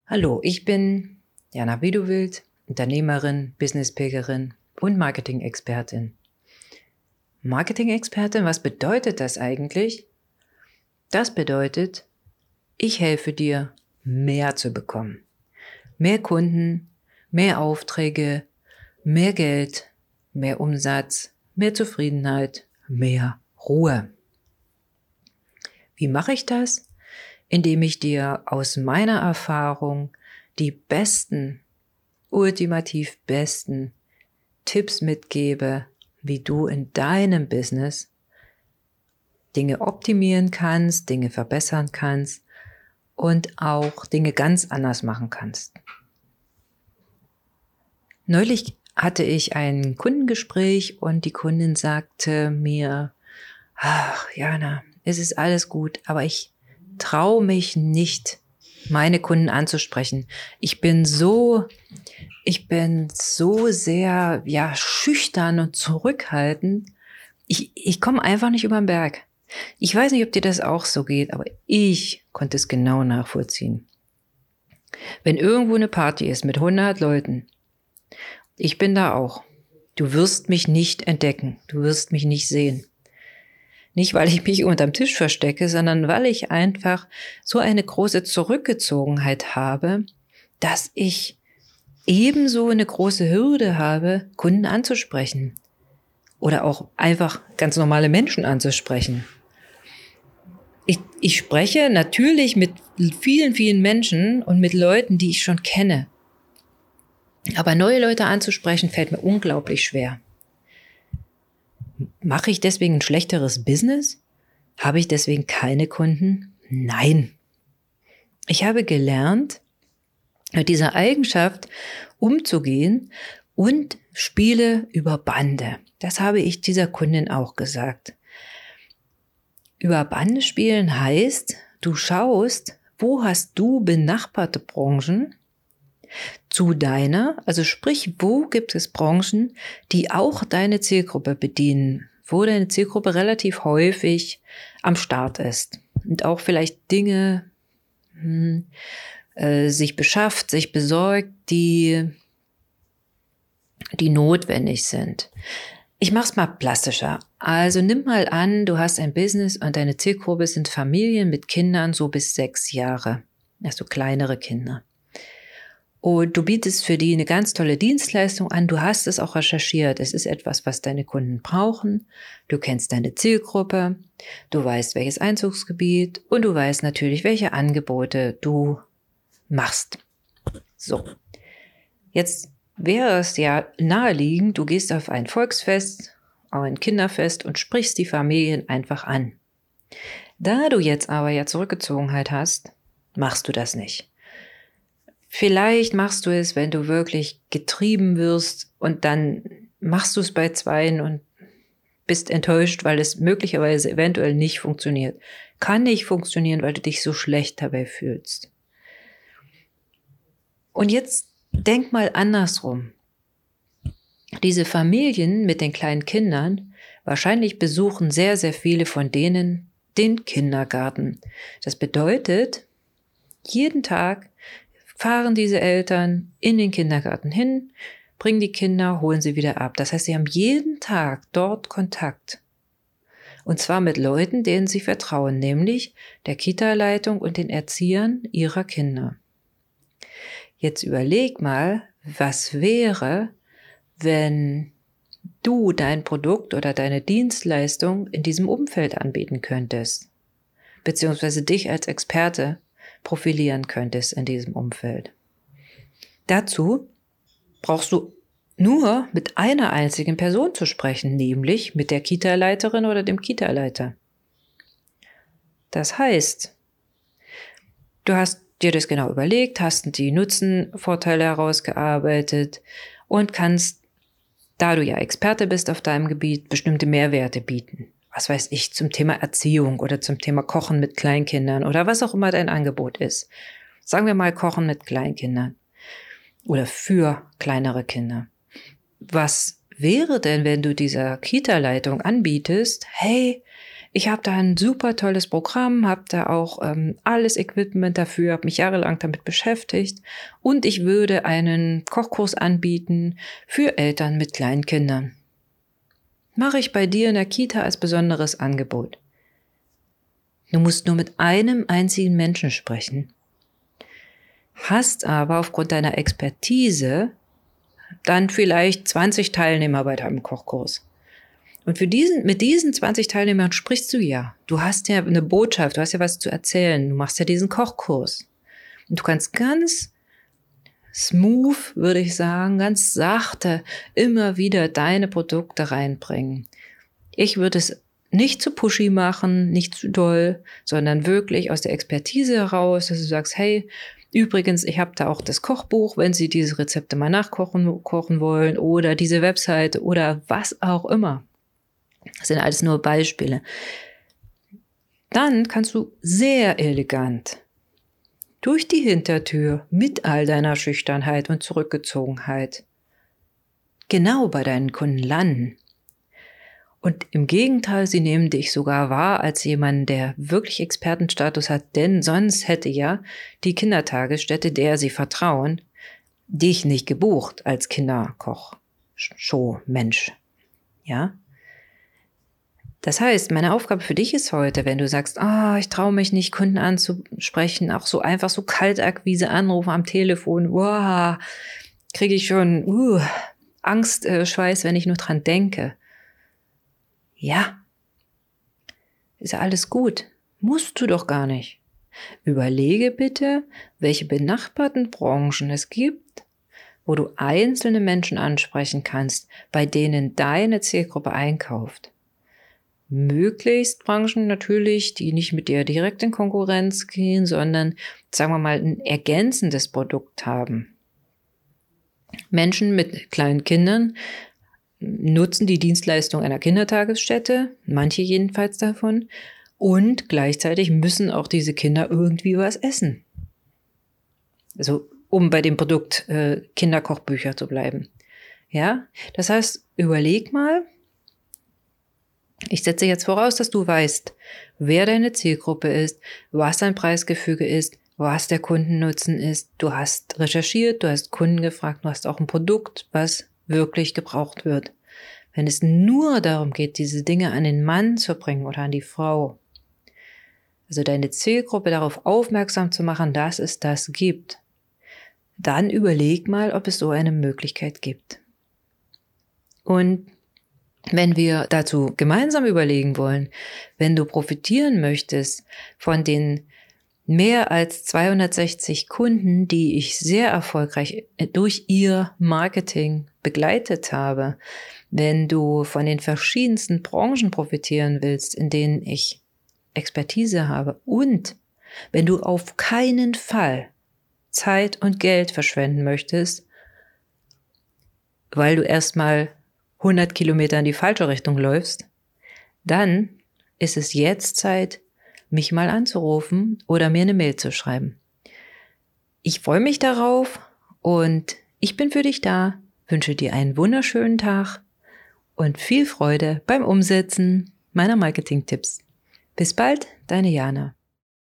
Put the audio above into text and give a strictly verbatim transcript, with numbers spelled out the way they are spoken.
Hallo, ich bin Jana Widuwild, Unternehmerin, Businesspickerin und Marketing-Expertin. Marketing-Expertin, was bedeutet das eigentlich? Das bedeutet, ich helfe dir, mehr zu bekommen. Mehr Kunden, mehr Aufträge, mehr Geld, mehr Umsatz, mehr Zufriedenheit, mehr Ruhe. Wie mache ich das? Indem ich dir aus meiner Erfahrung die besten, ultimativ besten Tipps mitgebe, wie du in deinem Business Dinge optimieren kannst, Dinge verbessern kannst und auch Dinge ganz anders machen kannst. Neulich hatte ich ein Kundengespräch und die Kundin sagte mir, ach Jana, es ist alles gut, aber ich traue mich nicht, meine Kunden anzusprechen. Ich bin so, ich bin so sehr, ja, schüchtern und zurückhaltend. Ich, ich komme einfach nicht über den Berg. Ich weiß nicht, ob dir das auch so geht, aber ich konnte es genau nachvollziehen. Wenn irgendwo eine Party ist mit hundert Leuten, ich bin da auch. Du wirst mich nicht entdecken. Du wirst mich nicht sehen. Nicht, weil ich mich unterm Tisch verstecke, sondern weil ich einfach so eine große Zurückgezogenheit habe, dass ich ebenso eine große Hürde habe, Kunden anzusprechen. Oder auch einfach ganz normale Menschen anzusprechen. Ich, ich spreche natürlich mit vielen, vielen Menschen und mit Leuten, die ich schon kenne. Aber neue Leute anzusprechen, fällt mir unglaublich schwer. Mache ich deswegen ein schlechteres Business? Habe ich deswegen keine Kunden? Nein. Ich habe gelernt, mit dieser Eigenschaft umzugehen und spiele über Bande. Das habe ich dieser Kundin auch gesagt. Über Bande spielen heißt, du schaust, wo hast du benachbarte Branchen zu deiner, also sprich, wo gibt es Branchen, die auch deine Zielgruppe bedienen, wo deine Zielgruppe relativ häufig am Start ist und auch vielleicht Dinge hm, äh, sich beschafft, sich besorgt, die, die notwendig sind. Ich mach's mal plastischer. Also nimm mal an, du hast ein Business und deine Zielgruppe sind Familien mit Kindern so bis sechs Jahre, also kleinere Kinder. Und du bietest für die eine ganz tolle Dienstleistung an. Du hast es auch recherchiert. Es ist etwas, was deine Kunden brauchen. Du kennst deine Zielgruppe. Du weißt, welches Einzugsgebiet. Und du weißt natürlich, welche Angebote du machst. So. Jetzt wäre es ja naheliegend, du gehst auf ein Volksfest, auf ein Kinderfest und sprichst die Familien einfach an. Da du jetzt aber ja Zurückgezogenheit hast, machst du das nicht. Vielleicht machst du es, wenn du wirklich getrieben wirst und dann machst du es bei Zweien und bist enttäuscht, weil es möglicherweise eventuell nicht funktioniert. Kann nicht funktionieren, weil du dich so schlecht dabei fühlst. Und jetzt denk mal andersrum. Diese Familien mit den kleinen Kindern, wahrscheinlich besuchen sehr, sehr viele von denen den Kindergarten. Das bedeutet, jeden Tag fahren diese Eltern in den Kindergarten hin, bringen die Kinder, holen sie wieder ab. Das heißt, sie haben jeden Tag dort Kontakt. Und zwar mit Leuten, denen sie vertrauen, nämlich der Kita-Leitung und den Erziehern ihrer Kinder. Jetzt überleg mal, was wäre, wenn du dein Produkt oder deine Dienstleistung in diesem Umfeld anbieten könntest, beziehungsweise dich als Experte profilieren könntest in diesem Umfeld. Dazu brauchst du nur mit einer einzigen Person zu sprechen, nämlich mit der Kita-Leiterin oder dem Kita-Leiter. Das heißt, du hast dir das genau überlegt, hast die Nutzenvorteile herausgearbeitet und kannst, da du ja Experte bist auf deinem Gebiet, bestimmte Mehrwerte bieten. Was weiß ich, zum Thema Erziehung oder zum Thema Kochen mit Kleinkindern oder was auch immer dein Angebot ist. Sagen wir mal Kochen mit Kleinkindern oder für kleinere Kinder. Was wäre denn, wenn du dieser Kita-Leitung anbietest, hey, Ich habe da ein super tolles Programm, habe da auch ähm, alles Equipment dafür, habe mich jahrelang damit beschäftigt und ich würde einen Kochkurs anbieten für Eltern mit kleinen Kindern. Mache ich bei dir in der Kita als besonderes Angebot. Du musst nur mit einem einzigen Menschen sprechen, hast aber aufgrund deiner Expertise dann vielleicht zwanzig Teilnehmer bei deinem Kochkurs. Und für diesen, mit diesen zwanzig Teilnehmern sprichst du ja. Du hast ja eine Botschaft, du hast ja was zu erzählen. Du machst ja diesen Kochkurs. Und du kannst ganz smooth, würde ich sagen, ganz sachte immer wieder deine Produkte reinbringen. Ich würde es nicht zu pushy machen, nicht zu doll, sondern wirklich aus der Expertise heraus, dass du sagst, hey, übrigens, ich habe da auch das Kochbuch, wenn Sie diese Rezepte mal nachkochen kochen wollen oder diese Webseite oder was auch immer. Das sind alles nur Beispiele. Dann kannst du sehr elegant durch die Hintertür mit all deiner Schüchternheit und Zurückgezogenheit genau bei deinen Kunden landen. Und im Gegenteil, sie nehmen dich sogar wahr als jemand, der wirklich Expertenstatus hat, denn sonst hätte ja die Kindertagesstätte, der sie vertrauen, dich nicht gebucht als Kinderkoch-Show-Mensch. Ja? Das heißt, meine Aufgabe für dich ist heute, wenn du sagst, ah, oh, ich traue mich nicht, Kunden anzusprechen, auch so einfach so Kaltakquise anrufen am Telefon, wow, kriege ich schon uh, Angst, äh, Schweiß, wenn ich nur dran denke. Ja, ist ja alles gut. Musst du doch gar nicht. Überlege bitte, welche benachbarten Branchen es gibt, wo du einzelne Menschen ansprechen kannst, bei denen deine Zielgruppe einkauft. Möglichst Branchen natürlich, die nicht mit dir direkt in Konkurrenz gehen, sondern, sagen wir mal, ein ergänzendes Produkt haben. Menschen mit kleinen Kindern nutzen die Dienstleistung einer Kindertagesstätte, manche jedenfalls davon, und gleichzeitig müssen auch diese Kinder irgendwie was essen. Also, um bei dem Produkt äh, Kinderkochbücher zu bleiben. Ja, das heißt, überleg mal, ich setze jetzt voraus, dass du weißt, wer deine Zielgruppe ist, was dein Preisgefüge ist, was der Kundennutzen ist. Du hast recherchiert, du hast Kunden gefragt, du hast auch ein Produkt, was wirklich gebraucht wird. Wenn es nur darum geht, diese Dinge an den Mann zu bringen oder an die Frau, also deine Zielgruppe darauf aufmerksam zu machen, dass es das gibt, dann überleg mal, ob es so eine Möglichkeit gibt. Und wenn wir dazu gemeinsam überlegen wollen, wenn du profitieren möchtest von den mehr als zweihundertsechzig Kunden, die ich sehr erfolgreich durch ihr Marketing begleitet habe, wenn du von den verschiedensten Branchen profitieren willst, in denen ich Expertise habe und wenn du auf keinen Fall Zeit und Geld verschwenden möchtest, weil du erstmal hundert Kilometer in die falsche Richtung läufst, dann ist es jetzt Zeit, mich mal anzurufen oder mir eine Mail zu schreiben. Ich freue mich darauf und ich bin für dich da, wünsche dir einen wunderschönen Tag und viel Freude beim Umsetzen meiner Marketing-Tipps. Bis bald, deine Jana.